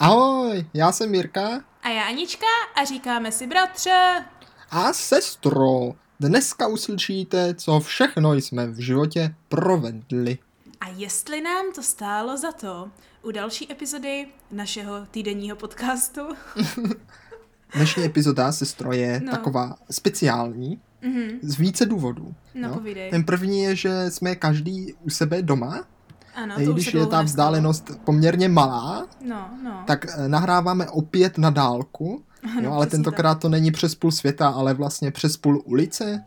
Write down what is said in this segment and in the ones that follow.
Ahoj, já jsem Jirka. A já Anička a říkáme si bratře. A sestro, dneska uslyšíte, co všechno jsme v životě provedli. A jestli nám to stálo za to u další epizody našeho týdenního podcastu. Dnešní epizoda, sestro, je taková speciální z více důvodů. No, povídej. Ten první je, že jsme každý u sebe doma. Ano, i když je ta vzdálenost poměrně malá, tak nahráváme opět na dálku, ano, ale tentokrát to není přes půl světa, ale vlastně přes půl ulice.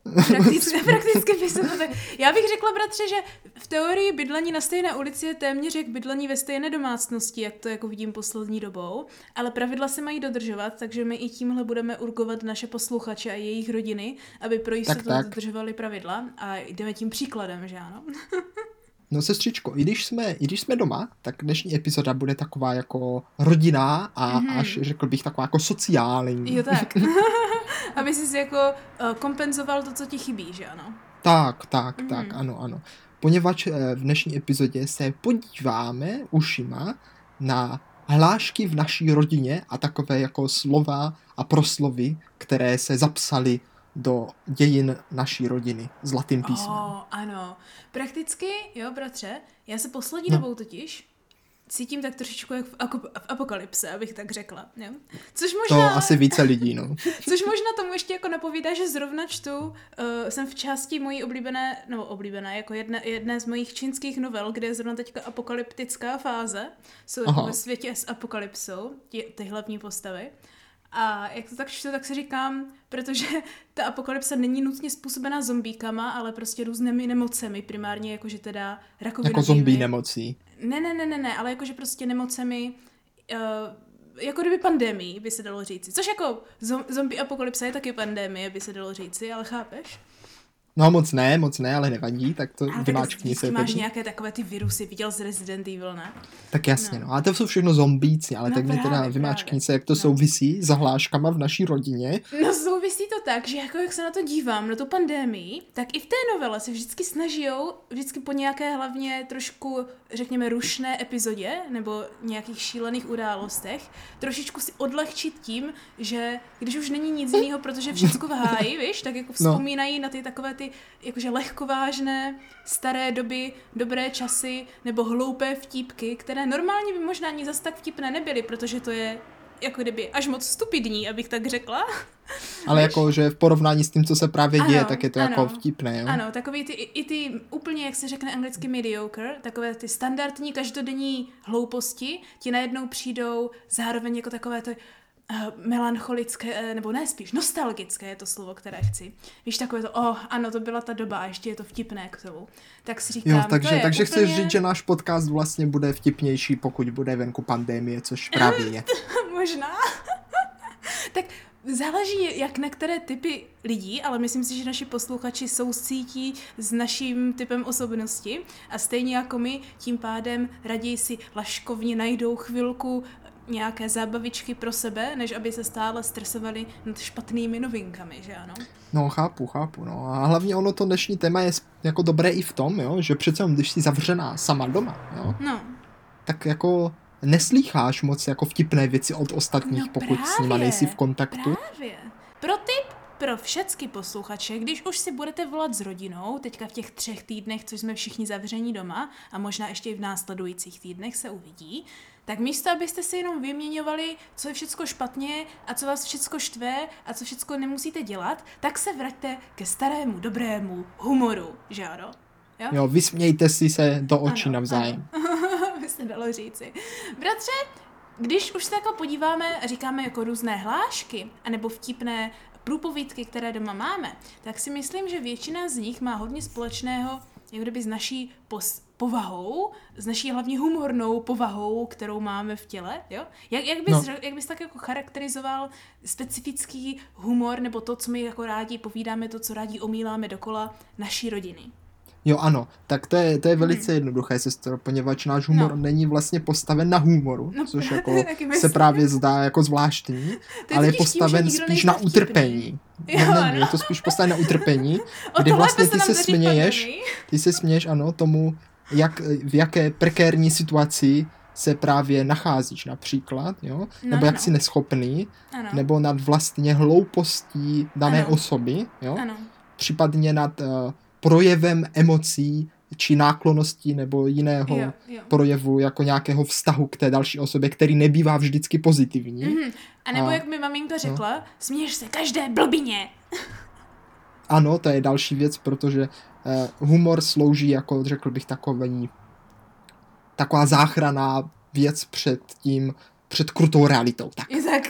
Prakticky by se to tak... Já bych řekla, bratře, že v teorii bydlení na stejné ulici je téměř jak bydlení ve stejné domácnosti, jak to jako vidím poslední dobou, ale pravidla se mají dodržovat, takže my i tímhle budeme urgovat naše posluchače a jejich rodiny, aby pro jistotu dodržovali pravidla a jdeme tím příkladem, že ano? No sestřičko, i když jsme doma, tak dnešní epizoda bude taková jako rodinná a až řekl bych taková jako sociální. Jo tak, aby jsi jako kompenzoval to, co ti chybí, že ano? Tak, ano. Poněvadž v dnešní epizodě se podíváme ušima na hlášky v naší rodině a takové jako slova a proslovy, které se zapsaly do dějin naší rodiny zlatým písmem. Ano. Prakticky, jo, bratře, já se poslední dobou totiž cítím tak trošičku jak v apokalypse, abych tak řekla. Jo? Což možná, to asi více lidí, no. Což možná tomu ještě jako napovídá, že zrovna čtu, jsem v části mojí oblíbené, jako jedné z mojich čínských novel, kde je zrovna teďka apokalyptická fáze, jsou jako ve světě s apokalypsou, ty hlavní postavy. A jak to tak čtu, tak si říkám, protože ta apokalypsa není nutně způsobená zombíkama, ale prostě různými nemocemi, primárně jakože teda rakovinovými. Jako zombie nemocí. Ne, ale jakože prostě nemocemi, jako kdyby pandemii, by se dalo říci. Což jako zombie apokalypsa je taky pandemie, by se dalo říci, ale chápeš? No moc ne, ale nevadí, tak to vymáčkni se. Máš nějaké takové ty virusy, viděl z Resident Evil, ne? Tak jasně, no. A to jsou všechno zombíci, ale tak mi teda vymáčkni se, jak to souvisí s hláškama v naší rodině. No souvisí to tak, že jako jak se na to dívám, na tu pandemii, tak i v té novele se vždycky snažijou, vždycky po nějaké hlavně trošku, řekněme, rušné epizodě, nebo nějakých šílených událostech, trošičku si odlehčit tím, že když už není nic jiného, protože všechno v háji, víš, tak jako vzpomínají na ty takové ty jakože lehkovážné, staré doby, dobré časy nebo hloupé vtípky, které normálně by možná ani zas tak vtipné nebyly, protože to je jako kdyby až moc stupidní, abych tak řekla. Ale jako, že v porovnání s tím, co se právě děje, tak je to jako vtipné, jo? Ano, takový ty úplně, jak se řekne anglicky mediocre, takové ty standardní každodenní hlouposti, ti najednou přijdou zároveň jako takové to melancholické, nebo ne spíš, nostalgické je to slovo, které chci. Víš, takové to, ano, to byla ta doba a ještě je to vtipné k tomu. Tak si říkám, jo, takže úplně... chceš říct, že náš podcast vlastně bude vtipnější, pokud bude venku pandemie, což právě je. Možná. Tak záleží, jak na které typy lidí, ale myslím si, že naši posluchači soucítí s naším typem osobnosti a stejně jako my, tím pádem raději si laškovně najdou chvilku nějaké zábavičky pro sebe, než aby se stále stresovali nad špatnými novinkami, že ano? No, chápu, no. A hlavně ono to dnešní téma je jako dobré i v tom, jo, že přece když jsi zavřená sama doma, jo, tak jako neslýcháš moc jako vtipné věci od ostatních, pokud s nima nejsi v kontaktu. Právě. Pro tip pro všechny posluchače, když už si budete volat s rodinou, teďka v těch 3 týdnech, což jsme všichni zavření doma a možná ještě i v následujících týdnech se uvidí, tak místo, abyste si jenom vyměňovali, co je všecko špatně a co vás všecko štve a co všecko nemusíte dělat, tak se vraťte ke starému, dobrému humoru, že ano? Jo, vysmějte si se do očí navzájem. By se dalo říci. Bratře, když už se jako podíváme a říkáme jako různé hlášky, anebo vtipné průpovídky, které doma máme, tak si myslím, že většina z nich má hodně společného, jak kdyby s naší povahou, s naší hlavně humornou povahou, kterou máme v těle, jo? Jak bys tak jako charakterizoval specifický humor, nebo to, co my jako rádi povídáme, to, co rádi omíláme dokola naší rodiny? Jo, ano, tak to je velice jednoduché, sestro, poněvadž náš humor není vlastně postaven na humoru, což jako se právě zdá jako zvláštní, ale je postaven spíš na utrpení. Je to spíš postaven na utrpení, kdy vlastně ty se směješ, ano, tomu, v jaké prekérní situaci se právě nacházíš například, jo? Nebo jak jsi neschopný, ano. nebo nad vlastně hloupostí dané Ano. osoby, jo? Ano. Případně nad projevem emocí či náklonností nebo jiného projevu jako nějakého vztahu k té další osobě, který nebývá vždycky pozitivní. Mm-hmm. A nebo jak mi maminka řekla, směješ se každé blbině. Ano, to je další věc, protože humor slouží jako, řekl bych, taková záchranná věc před krutou realitou. Tak.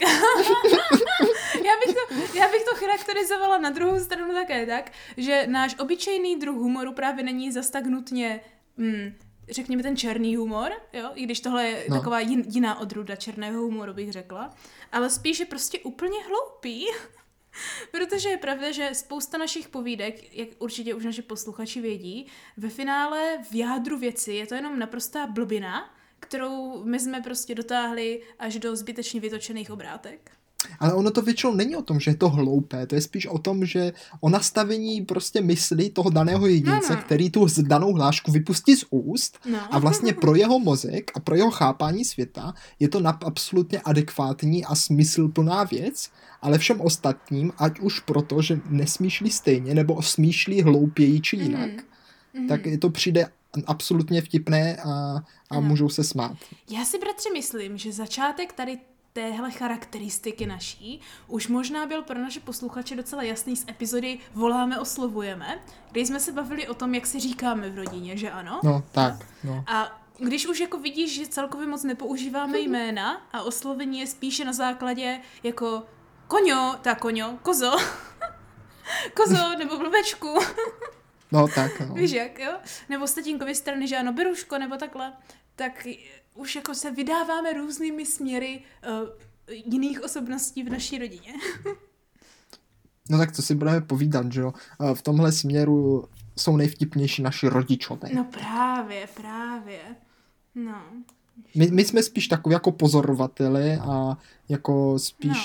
Já bych to charakterizovala na druhou stranu také tak, že náš obyčejný druh humoru právě není zas tak nutně, řekněme ten černý humor, jo? I když tohle je taková jiná odrůda černého humoru, bych řekla, ale spíš je prostě úplně hloupý. Protože je pravda, že spousta našich povídek, jak určitě už naši posluchači vědí, ve finále v jádru věci je to jenom naprostá blbina, kterou my jsme prostě dotáhli až do zbytečně vytočených obrátek. Ale ono to většinou není o tom, že je to hloupé, to je spíš o tom, že o nastavení prostě mysli toho daného jedince, který tu danou hlášku vypustí z úst a vlastně pro jeho mozek a pro jeho chápání světa je to absolutně adekvátní a smysluplná věc, ale všem ostatním, ať už proto, že nesmýšlí stejně nebo smýšlí hloupěji či jinak, tak to přijde absolutně vtipné a můžou se smát. Já si, bratře, myslím, že začátek tady téhle charakteristiky naší už možná byl pro naše posluchače docela jasný z epizody Voláme, oslovujeme, kde jsme se bavili o tom, jak si říkáme v rodině, že ano? No, tak. No. A když už jako vidíš, že celkově moc nepoužíváme jména a oslovení je spíše na základě jako kozo, kozo nebo blbečku. No, tak. No. Víš jak, jo? Nebo z tatínkovy strany, že ano, beruško, nebo takhle. Tak už jako se vydáváme různými směry jiných osobností v naší rodině. No tak co si budeme povídat, že jo? V tomhle směru jsou nejvtipnější naši rodičové. No právě. No. My jsme spíš takový jako pozorovateli a jako spíš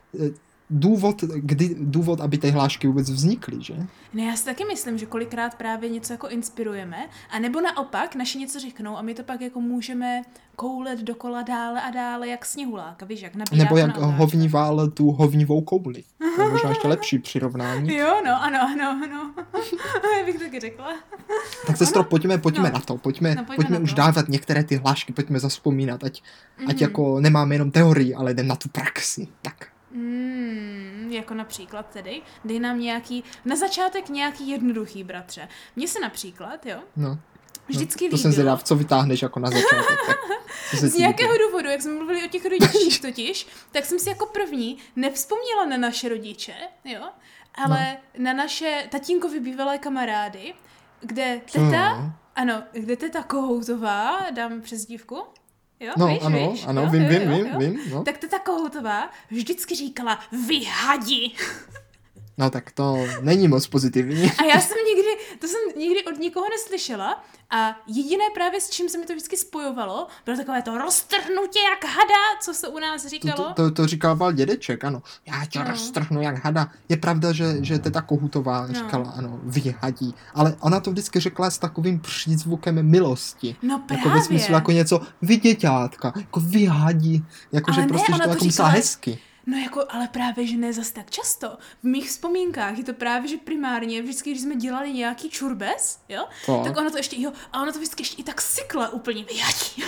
důvod, aby ty hlášky vůbec vznikly, že? Ne, já si taky myslím, že kolikrát právě něco jako inspirujeme, a nebo naopak, naši něco řeknou a my to pak jako můžeme koulet dokola dále a dále, jak sněhuláka, víš, jak nabírá. Nebo jak hovníval tu hovnivou kouli. To je možná ještě lepší přirovnání. Jo, no, ano. Já bych taky řekla. Tak sestro, pojďme na to. Pojďme už dávat některé ty hlášky, pojďme zazpomínat, ať jako nemáme jenom teorii, ale jdem na tu praxi. Tak. Jako například tedy, dej nám na začátek nějaký jednoduchý, bratře. Mně se například, jo, vždycky líbilo. To jsem zvědav, co vytáhneš jako na začátek. Z nějakého důvodu, jak jsme mluvili o těch rodičích totiž, tak jsem si jako první nevzpomněla na naše rodiče, jo, ale na naše tatínkovi bývalé kamarády, kde teta Kohoutová, dám přezdívku, jo, no, víš? Ano, vím. No. Tak teta Kohoutová vždycky říkala vyhadi. No tak to není moc pozitivní. A já jsem nikdy od nikoho neslyšela a jediné právě s čím se mi to vždycky spojovalo, bylo takové to roztrhnutě jak hada, co se u nás říkalo. To říkával dědeček, ano. Já tě roztrhnu jak hada. Je pravda, že teta Kohutová říkala, ano, vyhadí. Ale ona to vždycky řekla s takovým přízvukem milosti. No právě. Jako ve smyslu jako něco vyděťátka, jako vyhadí. Jakože prostě to jako myslela hezky. No jako, ale právě, že ne zas tak často. V mých vzpomínkách je to právě, že primárně vždycky, když jsme dělali nějaký čurbes, jo, tak ona to ještě, a ona to vždycky ještě i tak sykla úplně vyjadí.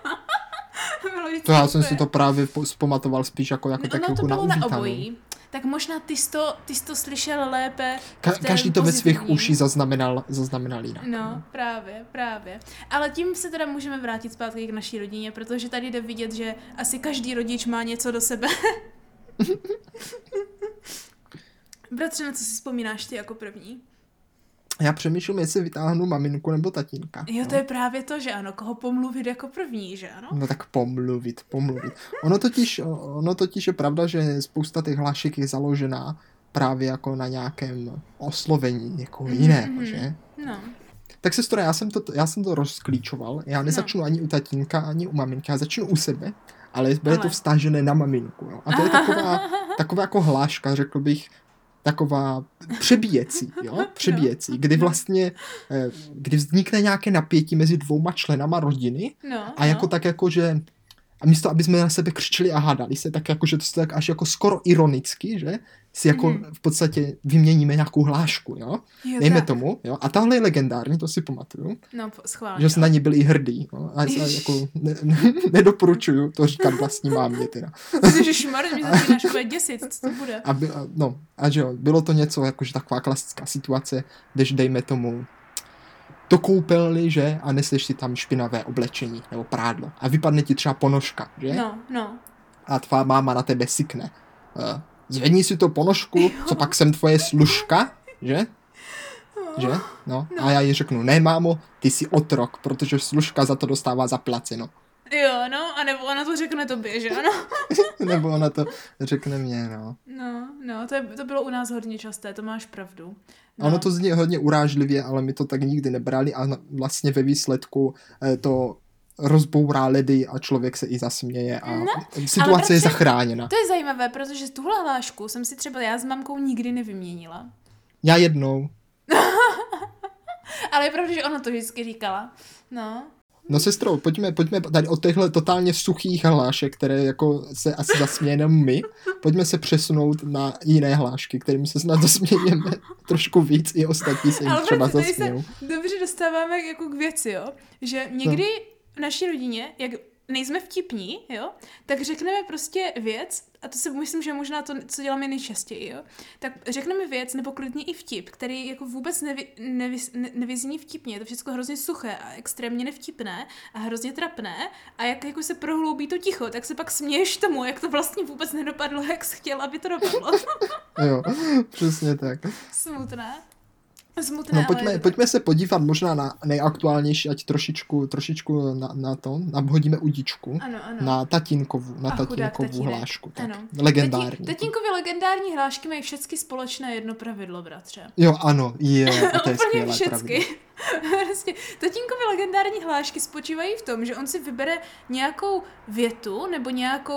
To já jsem si to právě vzpamatoval spíš jako tak jako na uvítanou. Tak možná ty jsi to slyšel lépe. Každý to ve svých uších zaznamenal jinak. No, právě. Ale tím se teda můžeme vrátit zpátky k naší rodině, protože tady jde vidět, že asi každý rodič má něco do sebe. Bratře, na co si vzpomínáš ty jako první? Já přemýšlím, jestli vytáhnu maminku nebo tatínka. Jo, to je právě to, že ano, koho pomluvit jako první, že ano? No tak pomluvit. Ono totiž je pravda, že spousta těch hlášek je založená právě jako na nějakém oslovení někoho jiného, že? No. Tak sestro, já jsem to rozklíčoval. Já nezačnu ani u tatínka, ani u maminky, já začnu u sebe, ale bude to vztažené na maminku. Jo? A to je taková jako hláška, řekl bych, taková přebíjecí, jo? Přebíjecí, kdy vlastně, kdy vznikne nějaké napětí mezi dvouma členama rodiny a jako tak jako, že a místo, aby jsme na sebe křičeli a hádali se, tak jako, že to je tak až jako skoro ironicky, že si jako v podstatě vyměníme nějakou hlášku, jo? Dejme tomu, jo? A tahle je legendární, to si pamatuju. No, schválně. Že jsme na ní byli i hrdí, jo? A jako nedoporučuju to říkat vlastní mámě teda. Ježišmarja, mě začínáš úplně děsit, co to bude? A že jo, bylo to něco, jakože taková klasická situace, když dejme tomu do koupelny, že? A neseš si tam špinavé oblečení nebo prádlo. A vypadne ti třeba ponožka, že? No. A tvá máma na tebe sykne. Zvedni si to ponožku, co pak jsem tvoje služka, že? Že? No. A já jí řeknu, ne mámo, ty jsi otrok, protože služka za to dostává zaplaceno. Jo, no, a nebo ona to řekne tobě, že ano? Nebo ona to řekne mně, no. No, to bylo u nás hodně časté, to máš pravdu. No. Ono to zní hodně urážlivě, ale my to tak nikdy nebrali a vlastně ve výsledku to rozbourá ledy a člověk se i zasměje a situace je zachráněna. To je zajímavé, protože tuhle hlášku jsem si třeba já s mamkou nikdy nevyměnila. Já jednou. Ale je pravda, že ona to vždycky říkala. No sestro, pojďme tady od těchto totálně suchých hlášek, které jako se asi zasmějeme my, pojďme se přesunout na jiné hlášky, kterými se snad zasmějeme trošku víc, i ostatní se jim třeba zasmějou. Dobře dostáváme jako k věci, jo, že někdy v naší rodině, jak nejsme vtipní, jo, tak řekneme prostě věc, a to si myslím, že možná to, co děláme nejčastěji, jo, tak řekneme věc, nebo klidně i vtip, který jako vůbec nevyzní vtipně, je to všechno hrozně suché a extrémně nevtipné a hrozně trapné a jak jako se prohloubí to ticho, tak se pak směješ tomu, jak to vlastně vůbec nedopadlo, jak jsi chtěl, aby to dopadlo. Jo, přesně tak. Smutné, no pojďme se podívat možná na nejaktuálnější, ať trošičku hodíme udičku. Ano. Na tatínkovu hlášku. Tak. Legendární. Tatínkovi legendární hlášky mají všechny společné jedno pravidlo, bratře. Jo, ano, to je skvělé pravidlo. Vlastně, tatínkovi legendární hlášky spočívají v tom, že on si vybere nějakou větu nebo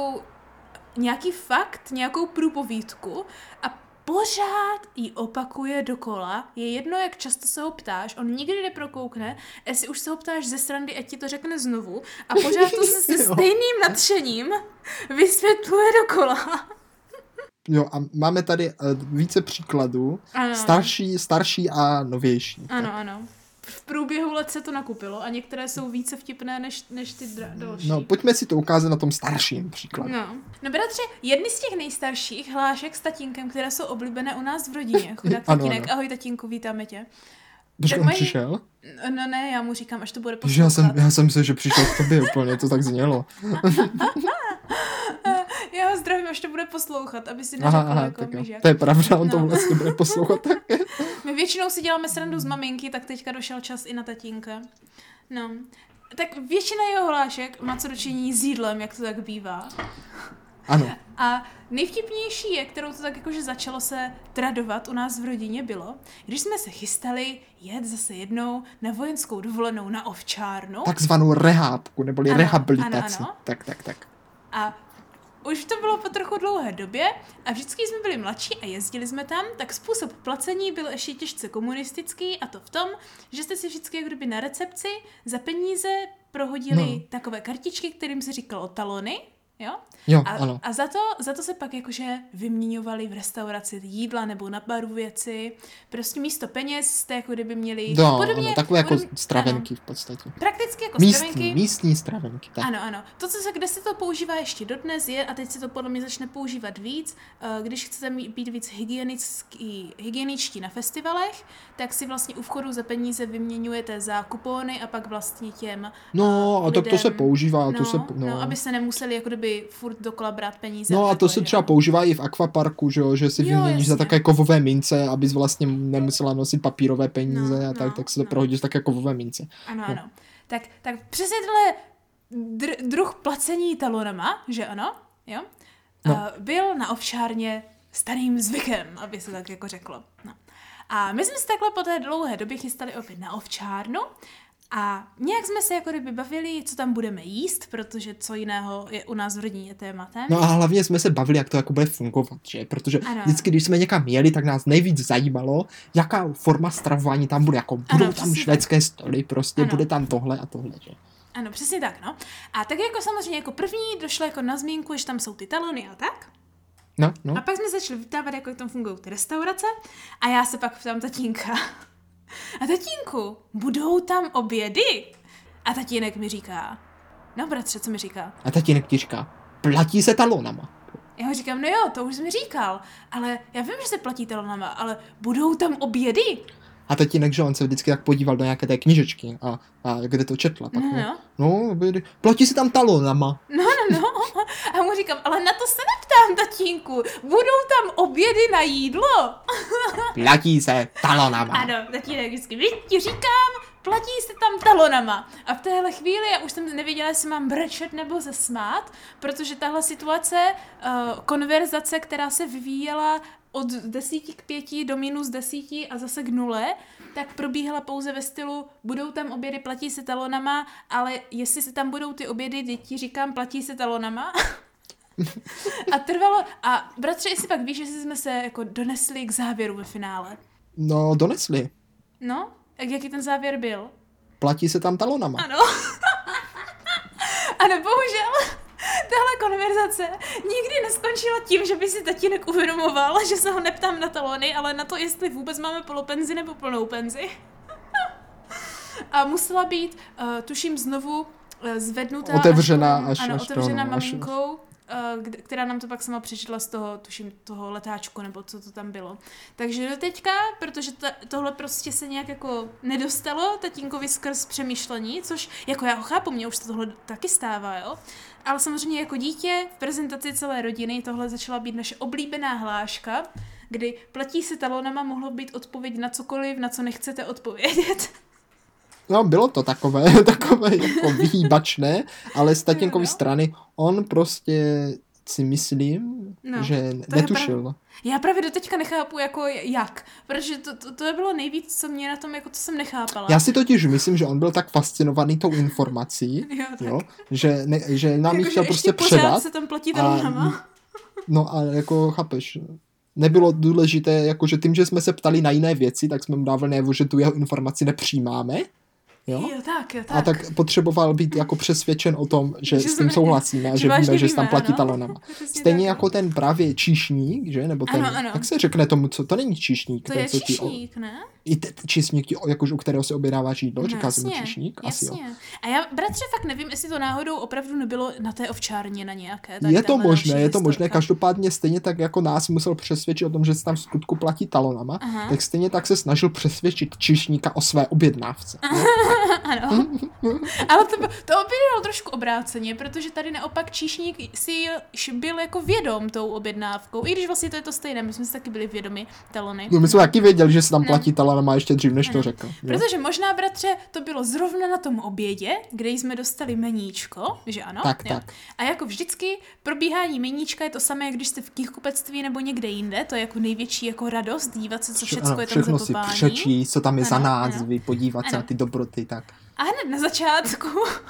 nějaký fakt, nějakou průpovídku a pořád ji opakuje dokola, je jedno, jak často se ho ptáš, on nikdy neprokoukne, jestli už se ho ptáš ze srandy, ať ti to řekne znovu a pořád to se stejným nadšením vysvětluje dokola. Jo, a máme tady více příkladů, starší a novější. Ano. V průběhu let se to nakupilo a některé jsou více vtipné než ty další. No, pojďme si to ukázat na tom starším příkladu. No bratře, jedny z těch nejstarších hlášek s tatínkem, které jsou oblíbené u nás v rodině. Chudák tatínek, ahoj tatínku, vítáme tě. Počkej, on přišel? No ne, já mu říkám, až to bude poslouchat. Já jsem myslel, že přišel k tobě úplně, to tak znělo. Já ho zdravím, až to bude poslouchat, aby si neřekl jako myžák. To je pravda, on to vlastně bude poslouchat také. My většinou si děláme srandu z maminky, tak teďka došel čas i na tatínka. No, tak většina jeho hlášek má co dočinění s jídlem, jak to tak bývá. Ano. A nejvtipnější je, kterou to tak jakože začalo se tradovat u nás v rodině bylo, když jsme se chystali jet zase jednou na vojenskou dovolenou na ovčárnu. Takzvanou rehábku, neboli rehabilitaci. Ano. Tak. A už to bylo po trochu dlouhé době a vždycky jsme byli mladší a jezdili jsme tam, tak způsob placení byl ještě těžce komunistický a to v tom, že jste si vždycky jako kdyby na recepci za peníze prohodili takové kartičky, kterým se říkalo talony, jo? Ano. A za to se pak jakože vyměňovali v restauraci jídla nebo na baru věci. Prostě místo peněz jste jako kdyby měli podobně, takové jako stravenky v podstatě. Prakticky jako stravenky. Místní stravenky. Tak. Ano. Kde se to používá ještě dodnes je, a teď se to podle mě začne používat víc, když chcete být víc hygieničtí na festivalech, tak si vlastně u vchodu za peníze vyměňujete za kupóny a pak vlastně těm lidem, to se používá. Aby se nemuseli jako kdyby furt dokola brát peníze. No a to se třeba používá i v akvaparku, že si vyměníš za také kovové mince, abys vlastně nemusela nosit papírové peníze a tak se to prohodíš také kovové mince. Ano. Tak přesně tenhle druh placení talonama, že ano, jo, byl na ovčárně starým zvykem, aby se tak jako řeklo. No. A my jsme se takhle po té dlouhé době chystali opět na ovčárnu A nějak jsme se jako kdyby bavili, co tam budeme jíst, protože co jiného je u nás v rodině tématem. No a hlavně jsme se bavili, jak to jako bude fungovat, že? Protože vždycky, když jsme někam jeli, tak nás nejvíc zajímalo, jaká forma stravování tam bude, jako budou tam švédské stoly, prostě bude tam tohle a tohle, že? Ano, přesně tak, no. A tak jako samozřejmě jako první došlo jako na zmínku, že tam jsou ty talony a tak. No. A pak jsme začali vyptávat, jak tam fungují ty restaurace a já se pak ptám tatínka. A tatínku, budou tam obědy? A tatínek mi říká, no bratře, co mi říká? A tatínek ti říká, platí se talonama. Já ho říkám, no jo, to už jsi mi říkal, ale já vím, že se platí talonama, ale budou tam obědy? A tatínek, že on se vždycky tak podíval do nějaké té knížečky a kde to četla. Pak no, platí se tam talonama. No. A mu říkám, ale na to se neptám, tatínku. Budou tam obědy na jídlo? Platí se talonama. Ano, tatínek vždycky, ti říkám, platí se tam talonama. A v téhle chvíli já už jsem nevěděla, jestli mám brečet nebo se smát, protože tahle situace, konverzace, která se vyvíjela od 10 k 5 do -10 a zase k 0, tak probíhala pouze ve stylu, budou tam obědy, platí se talonama, ale jestli se tam budou ty obědy, děti říkám, platí se talonama. A trvalo, a bratře, jestli pak víš, jestli jsme se jako donesli k závěru ve finále. No, donesli. No, jaký ten závěr byl? Platí se tam talonama. Ano. Ano, bohužel. Tahle konverzace nikdy neskončila tím, že by si tatínek uvědomoval, že se ho neptám na talony, ale na to, jestli vůbec máme polopenzi nebo plnou penzi. A musela být, tuším, znovu zvednutá otevřená otevřená maminkou, která nám to pak sama přečetla z toho, tuším, toho letáčku, nebo co to tam bylo. Takže do teďka, protože tohle prostě se nějak jako nedostalo tatínkovi skrz přemýšlení, což jako já ho chápu, mně už se tohle taky stává, jo. Ale samozřejmě jako dítě v prezentaci celé rodiny tohle začala být naše oblíbená hláška, kdy platí se talonama mohlo být odpověď na cokoliv, na co nechcete odpovědět. No, bylo to takové jako vyhýbačné, ale z tatínkovy strany on prostě si myslím, že netušil. Já právě doteďka nechápu jako jak, protože to bylo nejvíc, co mě na tom, jako co jsem nechápala. Já si totiž myslím, že on byl tak fascinovaný tou informací, že nám ji chtěl prostě předat. Se tam platí talonama. No a jako chápeš, nebylo důležité, jakože tím, že jsme se ptali na jiné věci, tak jsme mu dávali najevo, že tu jeho informaci nepřijímáme. Jo, tak. A tak potřeboval být jako přesvědčen o tom, že s tím souhlasíme a že víme, že se tam platí talonama. Stejně jako ten právě číšník, že? Nebo ten, jak se řekne tomu, co to není číšník. To je číšník, ne? I číšník, jakož u kterého se objednává jídlo, říká se mu číšník? Asi jo. A já, bratře, fakt nevím, jestli to náhodou opravdu nebylo na té ovčárně na nějaké. Je to možné, každopádně stejně tak jako nás musel přesvědčit o tom, že se tam v skutku platí talonama, tak stejně tak se snažil přesvědčit číšníka o své objednávce. Ano. Ale to bylo trošku obráceně, protože tady naopak číšník si byl jako vědom tou objednávkou, i když vlastně to je to stejné, my jsme si taky byli vědomi talony. No, my jsme taky věděli, že se tam platí talonama ještě dřív, než to řekl. Protože možná, bratře, to bylo zrovna na tom obědě, kde jsme dostali meníčko, že ano? Tak. A jako vždycky probíhání meníčka je to samé, jak když jste v knihkupectví nebo někde jinde, to je jako největší jako radost dívat se, co všecko je tam za si přečíst, co tam je za názvy, podívat se na ty dobroty, tak. A hned na začátku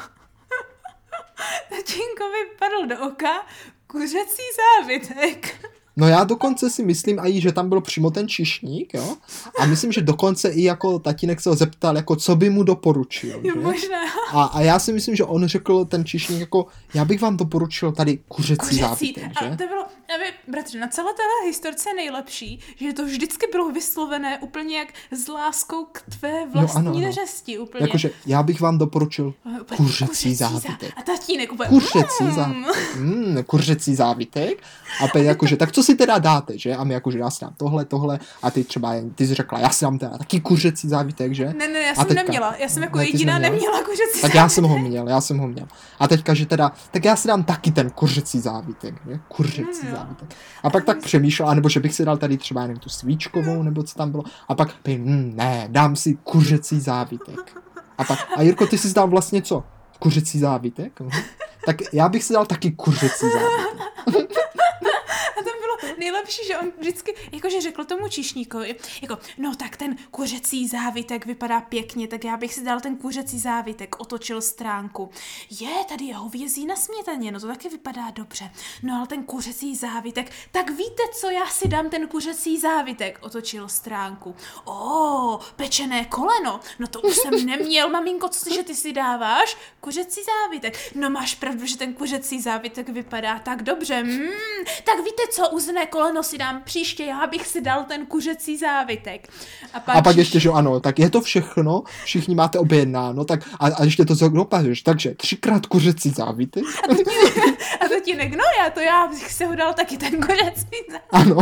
tatínkovi padl do oka kuřecí závitek. No já dokonce si myslím i, že tam byl přímo ten číšník, jo? A myslím, že dokonce i jako tatínek se ho zeptal, jako co by mu doporučil. Jo, možná. A já si myslím, že on řekl ten číšník jako, já bych vám doporučil tady kuřecí závitek, že? A to bylo, bratře, na celé téhle historce je nejlepší, že to vždycky bylo vyslovené úplně jak s láskou k tvé vlastní neřesti. Úplně. Jakože já bych vám doporučil kuřecí závitek. A tatínek úplně kuřecí závitek. A pak jakože, tak co si teda dáte, že? A my jakože já si dám tohle a ty třeba, ty jsi řekla, já si dám teda taky kuřecí závitek, že? Ne, já jsem neměla, já jsem jako jediná neměla kuřecí závitek. Tak já jsem ho měl. A teďka, že teda, tak já si dám taky ten kuřecí závitek, že? Kuřecí závitek. A pak tak přemýšlel, anebo že bych si dal tady třeba jenom tu svíčkovou, nebo co tam bylo. A pak, ne, dám si kuřecí závitek. A Jirko, ty jsi dal vlastně co? Kuřecí závitek? Tak já bych si dal taky kuřecí závitek. A tam bylo nejlepší nejlepší, že on vždycky, jakože řekl tomu číšníkovi, jako, no tak ten kuřecí závitek vypadá pěkně, tak já bych si dal ten kuřecí závitek, otočil stránku. Tady je hovězí na smětaně, no to taky vypadá dobře. No ale ten kuřecí závitek, tak víte co, já si dám ten kuřecí závitek, otočil stránku. Pečené koleno, no to už jsem neměl, maminko, že ty si dáváš? Kuřecí závitek. No máš pravdu, že ten kuřecí závitek vypadá tak dobře. Tak víte co, uzené koleno si dám příště, já bych si dal ten kuřecí závitek. A pak ještě, že ano, tak je to všechno, všichni máte objednáno, tak a ještě to zopažeš, takže 3x kuřecí závitek. A tatínek, no já bych si ho dal taky ten kuřecí závitek. Ano.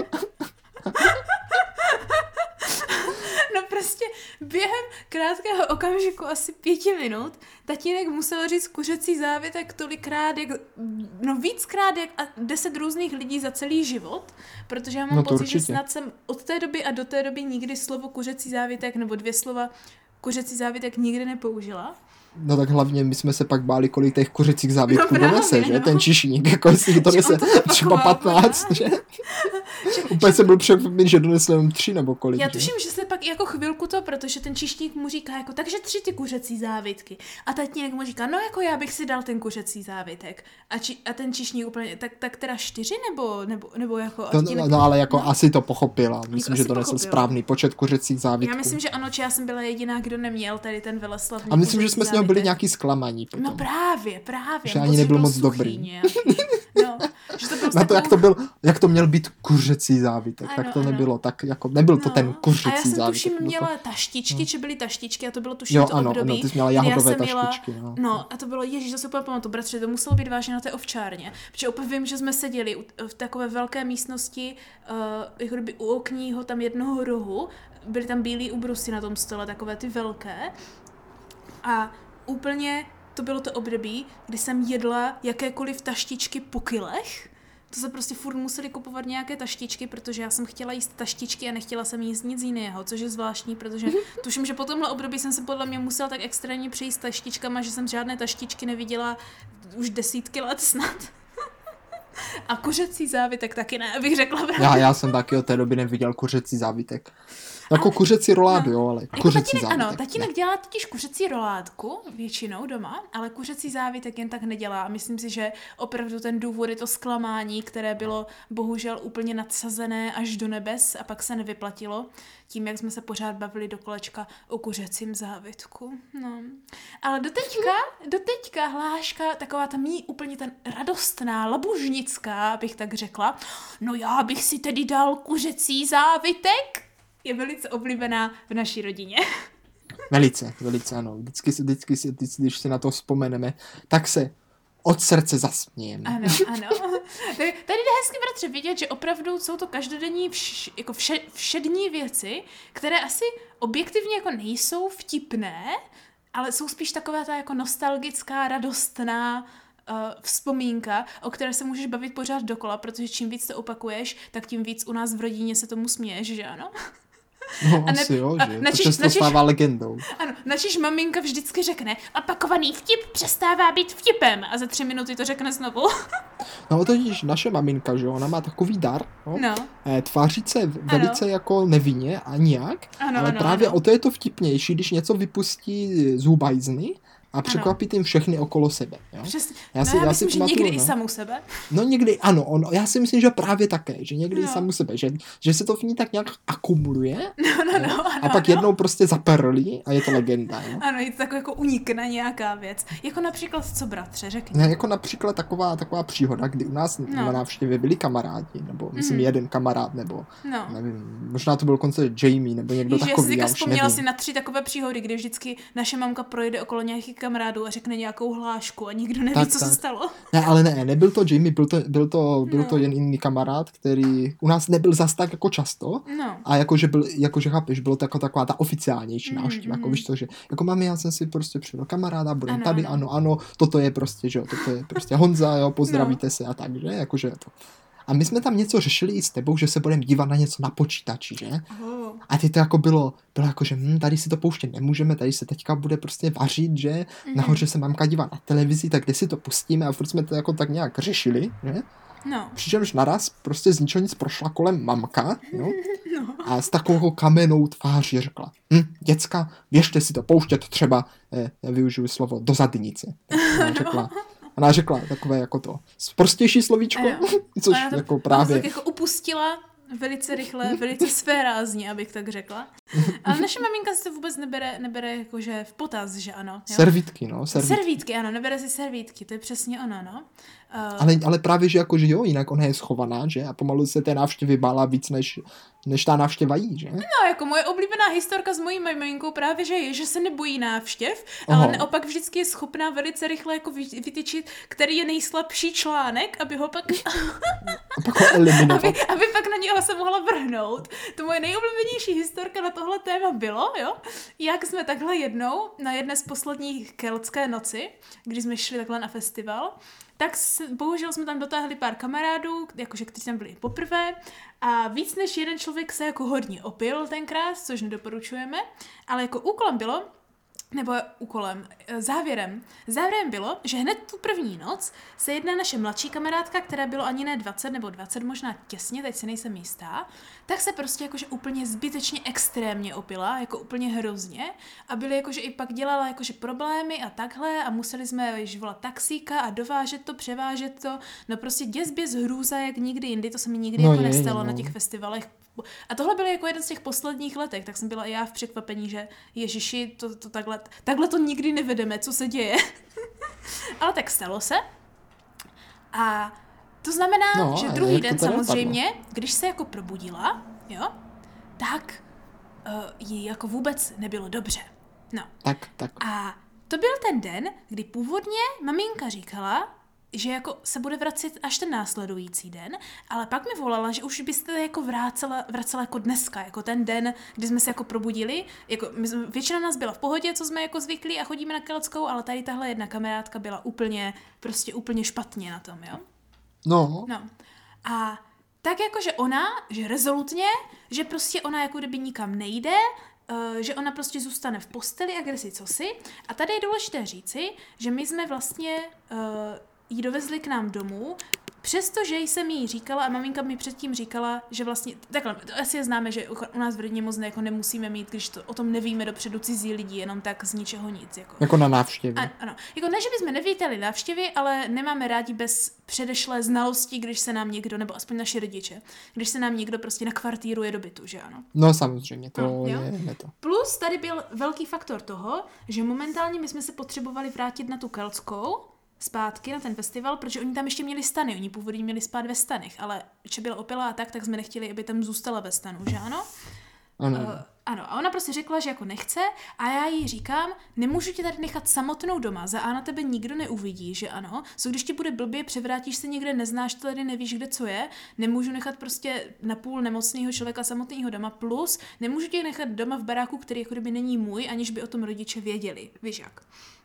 No prostě během krátkého okamžiku, asi 5 minut, tatínek musel říct kuřecí závitek tolikrát, víckrát jak 10 různých lidí za celý život, protože já mám pocit, že snad jsem od té doby a do té doby nikdy slovo kuřecí závitek nebo 2 slova kuřecí závitek nikdy nepoužila. No tak hlavně my jsme se pak báli, kolik těch kuřecích závitků donese, že? Ten čišník, jako jestli to donese třeba 15, že? Úplně jsem byl překvapený, že donesl jenom 3 nebo kolik. Já tuším, že se pak jako chvilku protože ten čišník mu říká jako, takže 3 ty kuřecí závitky. A tatínek mu říká, no jako já bych si dal ten kuřecí závitek. A ten čišník úplně, tak teda 4 nebo jako... No ale jako asi to pochopila. Myslím, že to nesl správný počet kuřecích závitků. Já myslím, že ano, já jsem byla jediná, kdo neměl tady ten veleslavný. A myslím, že jsme s něho byli nějaký zklamaní potom. No právě. Že ani nebyl moc dobrý. No, že to bylo na to, jak to měl být kuřecí závitek, tak to nebylo tak, jako nebyl to ten kuřecí závitek. A já jsem tuším měla taštičky, že byly taštičky a to bylo tuším to období. Ano, ty jsi měla jahodové taštičky. No a to bylo, ježiš, to si úplně pamatuju, bratře, to muselo být vážně na té ovčárně, protože úplně vím, že jsme seděli v takové velké místnosti, jako kdyby u okního tam jednoho rohu, byly tam bílý ubrusy na tom stole, takové ty velké a úplně to bylo to období, kdy jsem jedla jakékoliv taštičky po kilech. To se prostě furt museli kupovat nějaké taštičky, protože já jsem chtěla jíst taštičky a nechtěla jsem jíst nic jiného, což je zvláštní, protože tuším, že po tomhle období jsem se podle mě musela tak extrémně přejíst taštičkama, že jsem žádné taštičky neviděla už 10 let snad. A kuřecí závitek taky ne, abych řekla pravdu. Já jsem taky od té doby neviděl kuřecí závitek. Jako kuřecí roládu, jo, ale kuřecí závitek. Ano, tatínek dělá totiž kuřecí roládku většinou doma, ale kuřecí závitek jen tak nedělá. A myslím si, že opravdu ten důvod je to zklamání, které bylo bohužel úplně nadsazené až do nebes a pak se nevyplatilo tím, jak jsme se pořád bavili do kolečka o kuřecím závitku. No. Ale doteďka hláška, taková ta mý úplně ten radostná, labužnická, bych tak řekla, no já bych si tedy dal kuřecí závitek, je velice oblíbená v naší rodině. Velice, ano. Vždycky, když si na to vzpomeneme, tak se od srdce zasmějeme. Ano. Tady jde hezky, bratře, vidět, že opravdu jsou to každodenní všední věci, které asi objektivně jako nejsou vtipné, ale jsou spíš taková ta jako nostalgická, radostná vzpomínka, o které se můžeš bavit pořád dokola, protože čím víc to opakuješ, tak tím víc u nás v rodině se tomu směješ, že ano? No asi jo, že? To často stává legendou. Ano, načiž maminka vždycky řekne, opakovaný vtip přestává být vtipem a za 3 minuty to řekne znovu. No totiž naše maminka, že ona má takový dar, no. Tvářit se velice jako nevinně a nijak, ale právě o to je to vtipnější, když něco vypustí z hubajzny a překvapí tím všechny okolo sebe. Jo? Přesně. Já myslím, že někdy i samu sebe. No někdy ano, já si myslím, že právě také, že někdy i samu sebe, že se to v ní tak nějak akumuluje a pak jednou prostě zaperlí a je to legenda. Jo? Ano, je to takový jako unikne nějaká věc. Jako například co, bratře, řekni. Ne, jako například taková příhoda, kdy u nás na návštěvě byli kamarádi, nebo myslím jeden kamarád, nebo nevím, možná to byl konce Jamie, nebo někdo takový, já už vzpomněla si na 3 takové příhody, kdy vždycky naše mamka projede okolo nějakých kamarádů a řekne nějakou hlášku a nikdo neví, co se stalo. Ne, ale nebyl to Jamie, byl to jen jiný kamarád, který u nás nebyl zas tak jako často a jakože chápeš, bylo to jako taková ta oficiálnější návštěva, jako víš to, že jako mami, já jsem si prostě přijel kamaráda, budem tady, ano, toto je prostě, že jo, toto je prostě Honza, jo, pozdravíte se a tak, že, jakože to. A my jsme tam něco řešili i s tebou, že se budeme dívat na něco na počítači, že? Oh. A ty to jako bylo jako, že tady si to pouštět nemůžeme, tady se teďka bude prostě vařit, že? Nahoře se mamka dívá na televizi, tak kde si to pustíme a furt jsme to jako tak nějak řešili, že? No. Přičemž naraz prostě z ničeho nic prošla kolem mamka, jo? No. A s takovou kamennou tváří řekla, děcka, běžte si to pouštět třeba, využiju slovo, do zadnice. Ona řekla takové jako to prostější slovíčko, což to, jako právě... tak jako upustila velice rychle, velice svérázně, abych tak řekla. Ale naše maminka si to vůbec nebere jakože v potaz, že ano. Jo? Servítky, no. Servítky, ano, nebere si servítky, to je přesně ono, no. Ale právě, že jakože jo, jinak ona je schovaná, že? A pomalu se té návštěvy bála víc, než ta návštěva jí, že? No, jako moje oblíbená historka s mojí maminkou právě, že se nebojí návštěv, ale naopak vždycky je schopná velice rychle jako vytyčit, který je nejslabší článek, aby ho pak... aby pak na něho se mohla vrhnout. To moje nejoblíbenější historka na tohle téma bylo, jo? Jak jsme takhle jednou, na jedné z posledních keltské noci, když jsme šli takhle na festival, tak bohužel jsme tam dotáhli pár kamarádů, jakože kteří tam byli poprvé a víc než jeden člověk se jako hodně opil tenkrát, což nedoporučujeme, ale jako závěrem bylo, že hned tu první noc se jedna naše mladší kamarádka, která bylo ani ne 20 nebo 20, možná těsně, teď si nejsem jistá, tak se prostě jakože úplně zbytečně extrémně opila, jako úplně hrozně a byly jakože i pak dělala jakože problémy a takhle a museli jsme již volat taxíka a dovážet to, převážet to, no prostě děsběs hrůza jak nikdy jindy, to se mi nikdy jako nestalo na těch festivalech. A tohle bylo jako jeden z těch posledních letech, tak jsem byla i já v překvapení, že ježiši, to takhle to nikdy nevedeme, co se děje. Ale tak stalo se. A to znamená, že druhý den samozřejmě, když se jako probudila, jo, tak jí jako vůbec nebylo dobře. No. Tak. A to byl ten den, kdy původně maminka říkala, že jako se bude vracet až ten následující den, ale pak mi volala, že už byste jako vracela jako dneska, jako ten den, kdy jsme se jako probudili, jako většina nás byla v pohodě, co jsme jako zvyklí a chodíme na Keltskou, ale tady tahle jedna kamarádka byla úplně špatně na tom, jo? No. A tak jako, že rezolutně, že prostě ona jako kdyby nikam nejde, že ona prostě zůstane v posteli a kde si cosi. A tady je důležité říci, že my jsme vlastně jí dovezli k nám domů, přestože jsem jí říkala a maminka mi předtím říkala, že vlastně, takhle, to asi je známe, že u nás v rodině moc jako nemusíme mít, když to o tom nevíme dopředu cizí lidi, jenom tak z ničeho nic. Jako na návštěvě. Ano. Jako ne, že bychom nevítali návštěvy, ale nemáme rádi bez předešlé znalosti, když se nám někdo, nebo aspoň naši rodiče, když se nám někdo prostě nakvartíruje do bytu, že ano. No samozřejmě, to je to. Plus tady byl velký faktor toho, že momentálně my jsme se potřebovali vrátit na tu Keltskou, zpátky na ten festival, protože oni tam ještě měli stany, oni původně měli spát ve stanech, ale če byla opila a tak jsme nechtěli, aby tam zůstala ve stanu, že ano? Ano, a ona prostě řekla, že jako nechce a já jí říkám, nemůžu tě tady nechat samotnou doma, za na tebe nikdo neuvidí, že ano? Když ti bude blbě, převrátíš se někde, neznáš to tady, nevíš, kde co je, nemůžu nechat prostě napůl nemocného člověka samotného doma, plus nemůžu tě nechat doma v baráku, který jako kdyby není můj, aniž by o tom rodiče věděli, víš jak?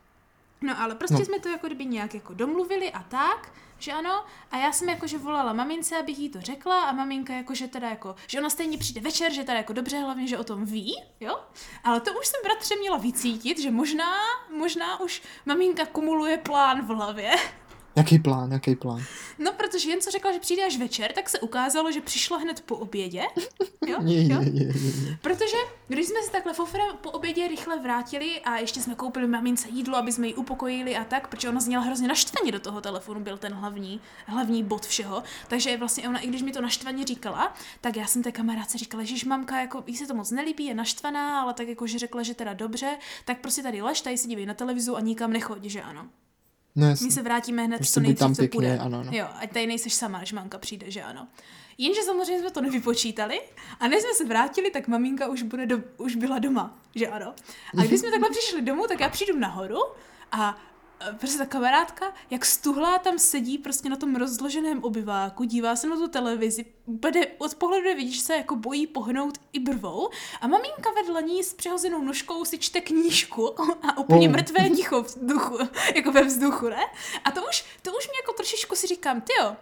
No ale prostě jsme to jako kdyby nějak jako domluvili a tak, že ano, a já jsem jakože volala mamince, abych jí to řekla a maminka jakože teda jako, že ona stejně přijde večer, že teda jako dobře, hlavně, že o tom ví, jo, ale to už jsem bratře měla vycítit, že možná už maminka kumuluje plán v hlavě. Jaký plán? No, protože jen co řekla, že přijde až večer, tak se ukázalo, že přišla hned po obědě. Jo? Protože když jsme se takhle po obědě rychle vrátili a ještě jsme koupili mamince jídlo, aby jsme ji upokojili a tak, protože ona zněla hrozně naštvaně do toho telefonu, byl ten hlavní bod všeho. Takže vlastně ona, i když mi to naštvaně říkala, tak já jsem té kamarádce říkala, že mamka, jako, jí se to moc nelíbí, je naštvaná, ale tak jako, že řekla, že teda dobře, tak prostě tady lež, tady se dívej na televizu a nikam nechoď, že ano. No, my se vrátíme hned, prostě co nejdřív, co půjde. Ano. Jo, ať tady nejseš sama, když mamka přijde, že ano. Jenže samozřejmě jsme to nevypočítali a než jsme se vrátili, tak maminka už byla doma, že ano. A když jsme takhle přišli domů, tak já přijdu nahoru a prostě ta kamarádka, jak stuhlá tam sedí prostě na tom rozloženém obyváku, dívá se na tu televizi, od pohledu vidíš se jako bojí pohnout i brvou a maminka vedle ní s přehozenou nožkou si čte knížku a úplně mrtvé ticho jako ve vzduchu, ne? A to už mě jako trošičku si říkám, tyjo,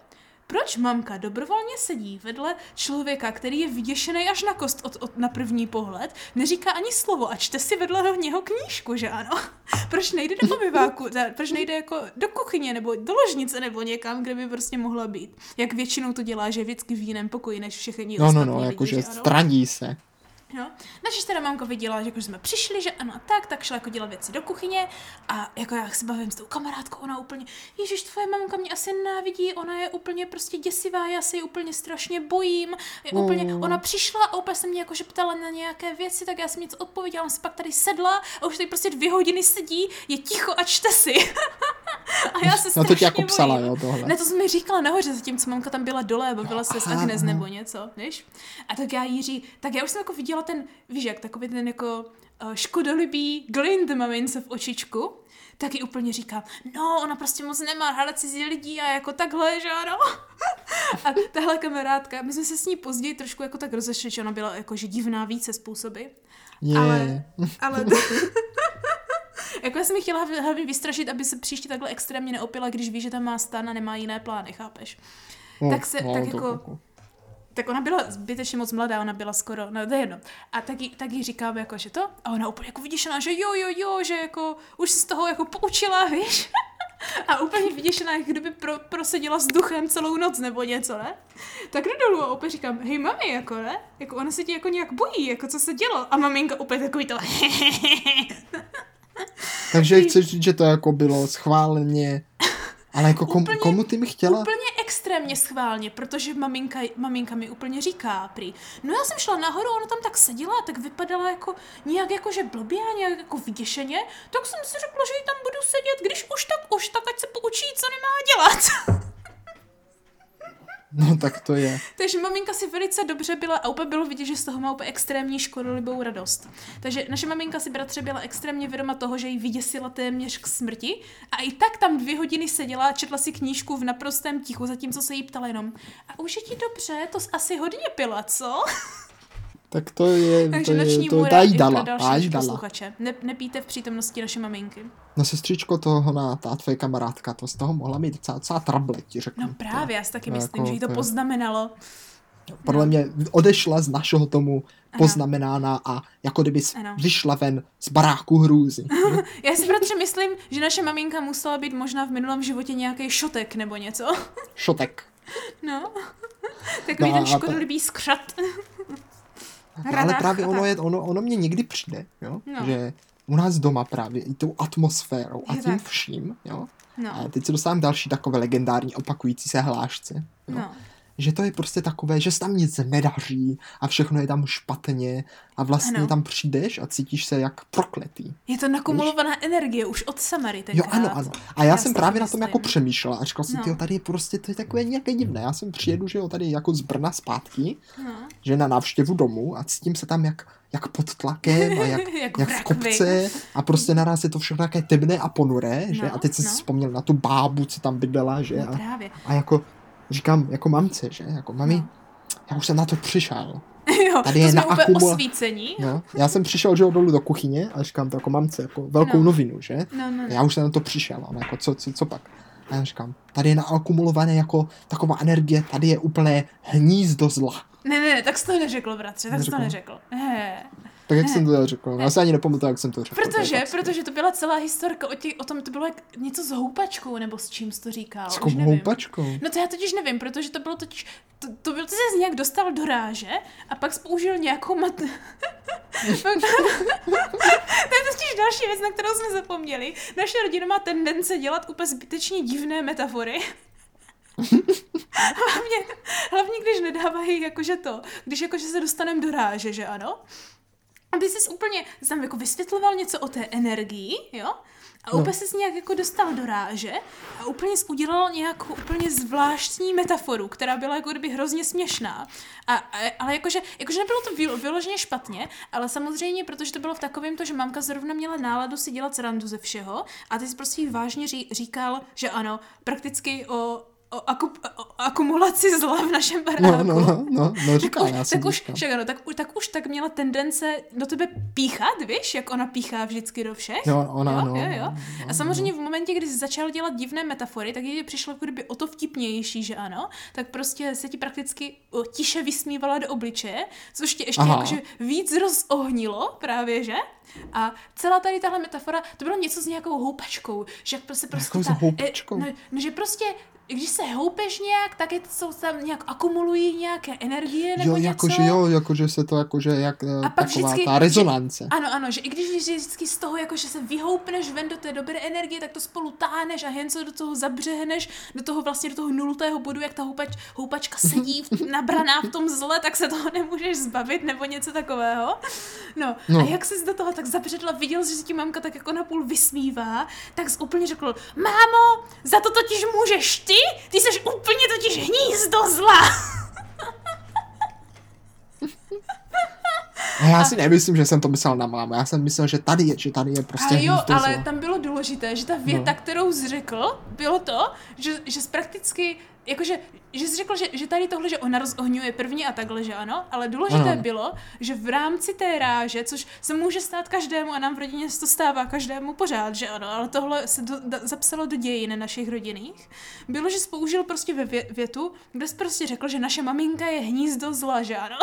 proč mamka dobrovolně sedí vedle člověka, který je vyděšený až na kost na první pohled, neříká ani slovo a čte si vedle něho knížku, že ano? Proč nejde do obyváku, proč nejde jako do kuchyně nebo do ložnice nebo někam, kde by prostě mohla být? Jak většinou to dělá, že je vždycky v jiném pokoji než všechny ostatní lidi, jakože že ano? straní se. No, naše teda mamka viděla, že jako jsme přišli, že ano a tak šla jako dělat věci do kuchyně a jako já se bavím s tou kamarádkou, ona úplně, ježiš, tvoje mamka mě asi nenávidí, ona je úplně prostě děsivá, já se ji úplně strašně bojím, úplně, ona přišla a úplně se mě jakože ptala na nějaké věci, tak já jsem něco odpověděla, ona se pak tady sedla a už tady prostě 2 hodiny sedí, je ticho a čte si. A já se to ti jako bojím. psala, jo, tohle. Ne, to jsem mi říkala nahoře, zatímco mamka tam byla dole, bavila se s Agnes nebo něco, víš? A tak já už jsem jako viděla ten, víš jak, takový ten jako škodolibý glint mamince v očičku, taky úplně říká, no, ona prostě moc nemá hádat cizí lidí a jako takhle, že ano. A tahle kamarádka, my jsme se s ní později trošku jako tak rozešli, že ona byla jakože divná více způsoby. Yeah. Ale jako já jsem ji chtěla hlavně vystrašit, aby se příště takhle extrémně neopila, když ví, že tam má stan a nemá jiné plány, chápeš? Tak ona byla zbytečně moc mladá, ona byla skoro, no to je jedno. A tak jí říkám jako, že to, a ona úplně jako vyděšená, že jo, že jako už si z toho jako poučila, víš? A úplně vyděšená, jak kdyby proseděla s duchem celou noc nebo něco, ne? Tak jdu dolů a opět říkám, hej mami, jako ne? Jako ona se tě jako nějak bojí, jako co se dělo? A maminka opět takový to Takže chceš říct, že to jako bylo schválně, ale jako komu ty mi chtěla? Úplně extrémně schválně, protože maminka mi úplně říká prý. No já jsem šla nahoru, ona tam tak seděla, tak vypadala jako nějak jakože blbě a nějak jako vyděšeně, tak jsem si řekla, že jí tam budu sedět, když už tak, ať se poučí, co nemá dělat. No tak to je. Takže maminka si velice dobře byla a úplně bylo vidět, že z toho má úplně extrémní škodolibou radost. Takže naše maminka si bratře byla extrémně vědoma toho, že jí vyděsila téměř k smrti a i tak tam 2 hodiny seděla a četla si knížku v naprostém tichu, zatímco se jí ptala jenom a už je ti dobře, to jsi asi hodně pila, co? Tak to je, takže to dají dala. Posluchače. Nepijte v přítomnosti naše maminky. No sestřičko ta tvoje kamarádka, to z toho mohla mít docela trable, ti řeknu. No právě, já si taky myslím, že jí to poznamenalo. Podle mě odešla z našeho tomu poznamenána a jako kdyby vyšla ven z baráku hrůzy. Já si bratře myslím, že naše maminka musela být možná v minulém životě nějaký šotek nebo něco. Šotek. No, takový ten škodolibý skřat. Ale právě ono mě někdy přijde, jo? Že u nás doma právě i tou atmosférou a tím vším, jo? No. A teď se dostávám další takové legendární opakující se hlášce, jo? No. Že to je prostě takové, že se tam nic nedaří a všechno je tam špatně a vlastně tam přijdeš a cítíš se jak prokletý. Je to nakumulovaná energie už od Samary tenkrát. Jo, ano. A já jsem právě na tom jako přemýšlela a říkal jsem, tady je prostě, to je takové nějaké divné. Já jsem přijedu, že jo, tady jako z Brna zpátky, že na návštěvu domů a cítím se tam jak pod tlakem a jak v kopce a prostě naraz je to všechno také temné a ponuré, že? A teď jsem si vzpomněl na tu bábu, co tam bydlela, že? No, právě. A jako říkám jako mamce, že? Jako mami, já už jsem na to přišel. Jo, tady je na osvícení. No, já jsem přišel, že dolů do kuchyně a říkám to jako mamce, jako velkou novinu, že? No. Já už jsem na to přišel, ona jako co pak? A já říkám, tady je naakumulované jako taková energie, tady je úplné hnízdo zla. Ne, tak jsi to neřekl, bratře, tak jsi to neřekl. Tak jak jsem to řekl? Já se ani nepamatuju, jak jsem to řekl. Protože to byla celá historka o tom, to bylo jak něco s houpačkou, nebo s čím jsi to říkal. S houpačkou? No to já totiž nevím, protože to bylo totiž, to bylo, ty jsi nějak dostal do ráže a pak jsi použil nějakou To je totiž další věc, na kterou jsme zapomněli. Naše rodina má tendence dělat úplně zbytečně divné metafory. hlavně když nedávají když se dostaneme do ráže, že ano? A ty jsi úplně tam jako vysvětloval něco o té energii, jo? A úplně jsi nějak jako dostal do ráže a úplně jsi udělal nějakou úplně zvláštní metaforu, která byla jako kdyby hrozně směšná. Ale jakože nebylo to vyloženě špatně, ale samozřejmě, protože to bylo v takovém to, že mamka zrovna měla náladu si dělat srandu ze všeho a ty jsi prostě vážně říkal, že ano, prakticky o akumulaci zla v našem baráku. No, říkala, já jsem tak už tak měla tendence do tebe píchat, víš, jak ona píchá vždycky do všech. Jo. A samozřejmě v momentě, kdy jsi začal dělat divné metafory, tak jí přišlo jako kdyby o to vtipnější, že ano, tak prostě se ti prakticky tiše vysmívala do obličeje, což tě ještě jakože víc rozohnilo právě, že? A celá tady tahle metafora, to bylo něco s nějakou houpačkou, že jak prostě že prostě když se houpeš nějak, tak tam nějak akumulují nějaké energie nebo něco. Jakože se to jak taková vždycky, ta rezonance. Ano, že i když vždycky z toho, jakože se vyhoupneš ven do té dobré energie, tak to spolu táhneš a jen co do toho zabřehneš, do toho 0. bodu, jak ta houpačka sedí nabraná v tom zle, tak se toho nemůžeš zbavit nebo něco takového. No. A jak ses do toho tak zabředla, viděl, že si ti mamka tak jako napůl vysmívá, tak jsi úplně řekl, mámo, za to totiž můžeš ty jsi úplně totiž hnízdo zla. A já si nemyslím, že jsem to myslel na mámu. Já jsem myslel, že tady je prostě hnízdo zla. Ale tam bylo důležité, že ta věta, kterou jsi řekl, bylo to, že jsi prakticky, jakože, že jsi řekl, že tady tohle, že ona rozohňuje první a takhle, že ano, ale důležité bylo, že v rámci té ráže, což se může stát každému a nám v rodině se to stává každému pořád, že ano, ale tohle se zapsalo do dějin našich rodinných, bylo, že jsi použil prostě větu, kde jsi prostě řekl, že naše maminka je hnízdo zla, že ano.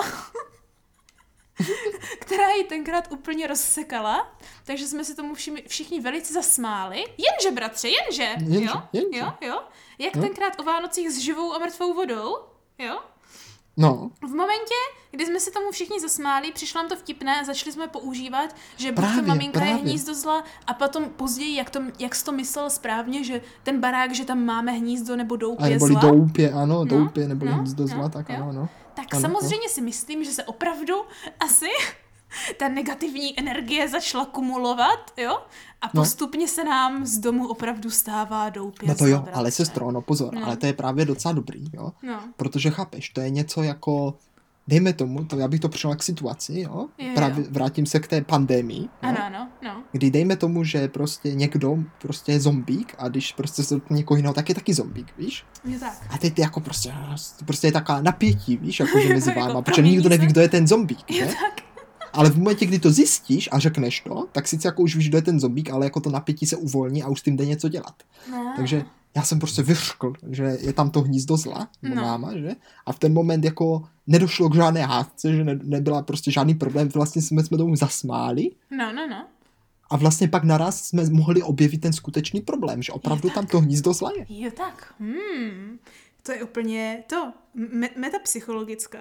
Která ji tenkrát úplně rozsekala, takže jsme si tomu všichni velice zasmáli. Jenže, bratře, jenže. Jo. Jak tenkrát o Vánocích s živou a mrtvou vodou, jo? No. V momentě, kdy jsme se tomu všichni zasmáli, přišlo nám to vtipné a začali jsme používat, že maminka je hnízdo zla a potom později, jak jsi to myslel správně, že ten barák, že tam máme hnízdo nebo doupě zla. Doupě nebo hnízdo zla, tak ano. Tak samozřejmě si myslím, že se opravdu asi ta negativní energie začala kumulovat, jo? A postupně se nám z domu opravdu stává doupě. No to jo, ale sestro, pozor, ale to je právě docela dobrý, jo? Protože chápeš, to je něco jako, dejme tomu, já bych to přišel k situaci, jo? Právě vrátím se k té pandemii. Ano. Kdy dejme tomu, že prostě někdo prostě je zombík a když prostě se dotkne někoho jiného, tak je taky zombík, víš? Je tak. A teď jako prostě je taková napětí, víš, jakože mezi váma, protože nikdo neví, kdo je ten zombík, je ne? Tak. Ale v momentě, kdy to zjistíš a řekneš to, tak sice jako už víš, kdo je ten zombík, ale jako to napětí se uvolní a už s tím jde něco dělat. Takže já jsem prostě vyřkl, že je tam to hnízdo zla, máma, že? A v ten moment jako nedošlo k žádné hádce, že nebyla prostě žádný problém, vlastně jsme tomu zasmáli. No. A vlastně pak naraz jsme mohli objevit ten skutečný problém, že opravdu tam to hnízdo zla je. Je tak. To je úplně to metapsychologické.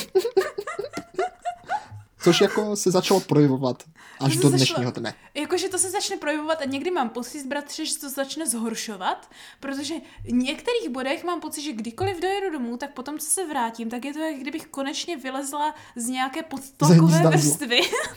Což jako se začalo projevovat až do dnešního dne. Jakože to se začne projevovat a někdy mám pocit, bratře, že to začne zhoršovat, protože v některých bodech mám pocit, že kdykoliv dojedu domů, tak potom, co se vrátím, tak je to, jak kdybych konečně vylezla z nějaké podtlakové vrstvy.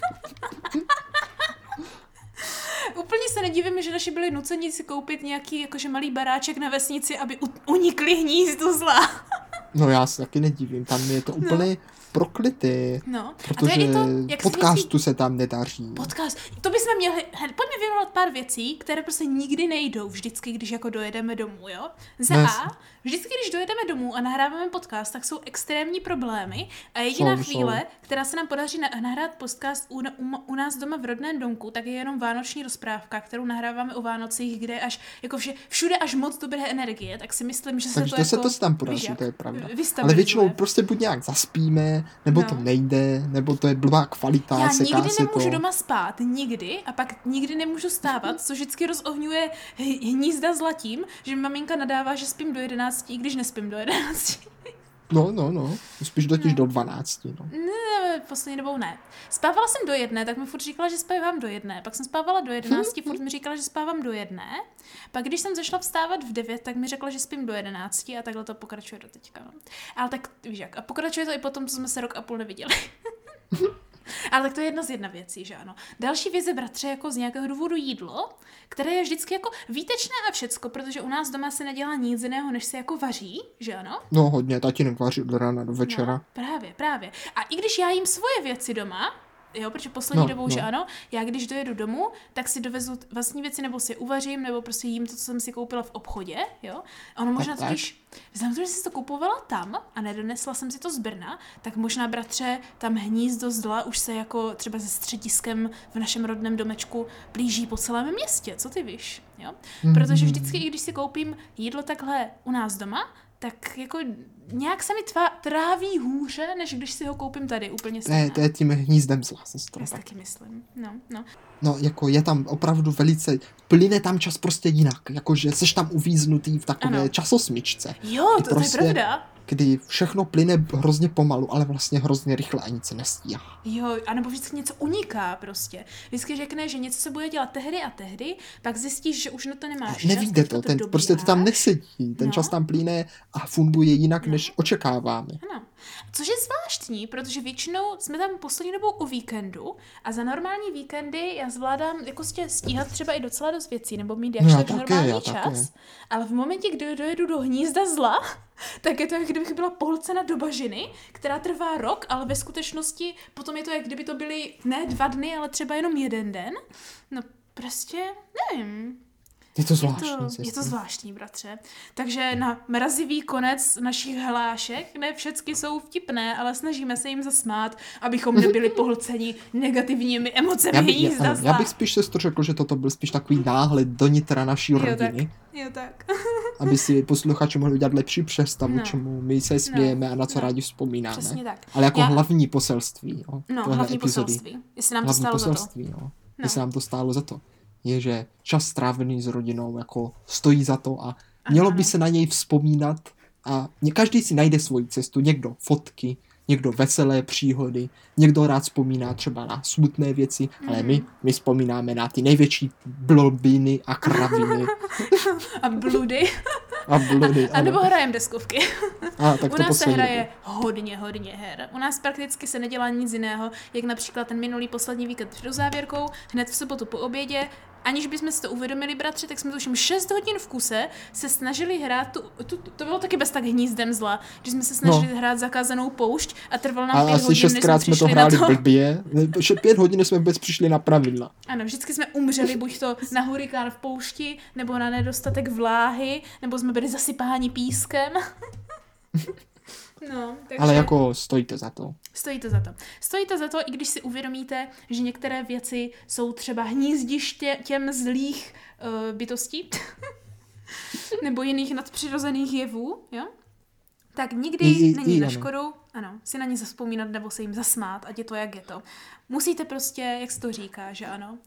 Úplně se nedívím, že naši byli nuceni si koupit nějaký jakože malý baráček na vesnici, aby unikli hnízdu zla. No já se taky nedívím, tam je to úplně proklity, protože podcastu se tam nedaří. Podcast, to bychom měli, pojďme vyvolat pár věcí, které prostě nikdy nejdou vždycky, když jako dojedeme domů, jo? Vždycky, když dojedeme domů a nahráváme podcast, tak jsou extrémní problémy a jediná chvíle, která se nám podaří nahrát podcast u nás doma v rodném domku, tak je jenom vánoční rozprávka, kterou nahráváme o Vánocích, kde až jako všude až moc dobré energie, tak si myslím, že se takže to jako... to se tam podaří, to je pravda. Ale většinou prostě buď nějak zaspíme, nebo to nejde, nebo to je blbá kvalita, já seká nikdy se nemůžu to. doma spát, nikdy, a pak nikdy nemůžu stávat, co vždycky rozohňuje hnízda zlatím, že maminka nadává, že spím do 11, i když nespím do 11. No, spíš totiž do 12, no. Ne, poslední dobou ne. Spávala jsem do 1, tak mi furt říkala, že spávám do 1. Pak jsem spávala do 11, furt mi říkala, že spávám do 1. Pak když jsem začala vstávat v 9, tak mi řekla, že spím do 11 a takhle to pokračuje do teďka. No. Ale tak víš jak, a pokračuje to i potom, co jsme se rok a půl neviděli. Ale tak to je jedna věcí, že ano. Další věc je, bratře, jako z nějakého důvodu jídlo, které je vždycky jako výtečné a všecko, protože u nás doma se nedělá nic jiného, než se jako vaří, že ano? No hodně, tatínek vaří od rána do večera. No, právě. A i když já jím svoje věci doma, jo, protože poslední dobou, že ano, já když dojedu domů, tak si dovezu vlastní věci, nebo si je uvařím, nebo prostě jím to, co jsem si koupila v obchodě, jo. A ono možná totiž, vzhledem to, že jsi to kupovala tam a nedonesla jsem si to z Brna, tak možná, bratře, tam hnízdo zla už se jako třeba se střediskem v našem rodném domečku blíží po celém městě, co ty víš, jo. Protože vždycky, i když si koupím jídlo takhle u nás doma, tak jako nějak se mi tráví hůře, než když si ho koupím tady úplně stejná. To je tím hnízdem zla, sestro. Já si taky myslím, no. No, jako je tam opravdu velice, plyne tam čas prostě jinak, jakože seš tam uvíznutý v takové časosmyčce. Jo, to je pravda. Kdy všechno plyne hrozně pomalu, ale vlastně hrozně rychle a nic se nestíhá. Jo, anebo vždycky něco uniká prostě. Vždycky řekne, že něco se bude dělat tehdy a tehdy, pak zjistíš, že už na to nemáš čas. Nevíde to, prostě to tam nesedí. Ten čas tam plyne a funguje jinak, než očekáváme. Ano. Což je zvláštní, protože většinou jsme tam poslední dobou o víkendu a za normální víkendy já zvládám jako stíhat třeba i docela dost věcí, nebo mít jakž tak normální čas. Ale v momentě, kdy dojedu do hnízda zla, tak je to, jak kdybych byla pohlcena do bažiny, která trvá rok, ale ve skutečnosti potom je to, jak kdyby to byly ne 2 dny, ale třeba jenom 1 den. No prostě, nevím. Je to zvláštní. Je to zvláštní, bratře. Takže na mrazivý konec našich hlášek, ne všechny jsou vtipné, ale snažíme se jim zasmát, abychom nebyli pohlceni negativními emocemi hnízda zla. Já bych spíš sestro řekl, že toto byl spíš takový náhled do nitra naší rodiny. Jo, tak. Aby si posluchači mohli udělat lepší představu, čemu my se smějeme a na co rádi vzpomínáme. Přesně tak. Ale jako hlavní poselství. Hlavní poselství. Jestli nám to stálo za to. Jestli nám to stálo za to. Je, že čas strávený s rodinou jako stojí za to a mělo by se na něj vzpomínat a každý si najde svoji cestu. Někdo fotky, někdo veselé příhody, někdo rád vzpomíná třeba na smutné věci, ale my vzpomínáme na ty největší blbiny a kraviny. A bludy. A nebo hrajeme deskovky. U nás se hraje hodně her. U nás prakticky se nedělá nic jiného, jak například ten minulý poslední víkend před závěrkou, hned v sobotu po obědě, aniž bychom si to uvědomili, bratři, tak jsme to už 6 hodin v kuse se snažili hrát to bylo taky bez tak hnízdem zla, že jsme se snažili hrát Zakázanou poušť a trvalo nám 5 hodin, než jsme jsme to hráli blbě. 5 hodin jsme vůbec přišli na pravidla. Ano, vždycky jsme umřeli, buď to na hurikán v poušti, nebo na nedostatek vláhy, nebo jsme byli zasypáni pískem. No, takže... Ale jako stojí to za to. Stojí to za to, i když si uvědomíte, že některé věci jsou třeba hnízdiště těm zlých bytostí nebo jiných nadpřirozených jevů, jo? Tak nikdy není na škodu, si na ně zavzpomínat nebo se jim zasmát, ať je to, jak je to. Musíte prostě, jak se to říká, že ano...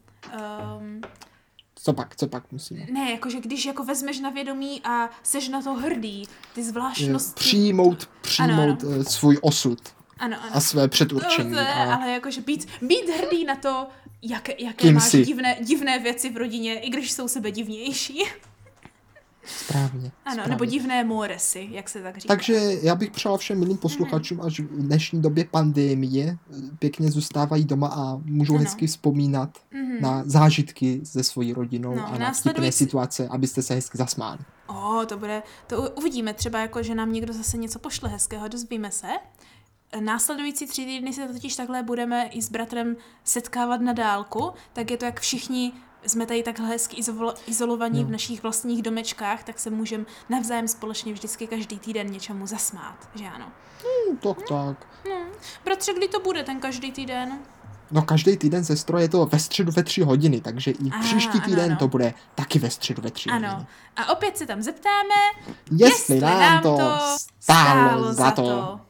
Co pak musíme? Ne, jakože když jako vezmeš na vědomí a seš na to hrdý, ty zvláštnosti... Přijmout svůj osud. Ano. A své předurčení. Ale jakože být hrdý na to, jaké máš divné věci v rodině, i když jsou sebe divnější. Správně. Nebo divné móresy, jak se tak říká. Takže já bych přál všem milým posluchačům, až v dnešní době pandémie pěkně zůstávají doma a můžou hezky vzpomínat na zážitky se svojí rodinou a na vtipné situace, abyste se hezky zasmáli. To uvidíme, třeba jako, že nám někdo zase něco pošle hezkého, dozvíme se. Následující 3 týdny se totiž takhle budeme i s bratrem setkávat na dálku, tak je to, jak všichni jsme tady takhle hezky izolovaní v našich vlastních domečkách, tak se můžeme navzájem společně vždycky každý týden něčemu zasmát, že ano? Tak. Bratře, kdy to bude ten každý týden? No každý týden, sestro, je to ve středu ve 3 hodiny, takže i příští týden to bude taky ve středu ve 3 hodiny. A opět se tam zeptáme, jestli nám to stálo za to.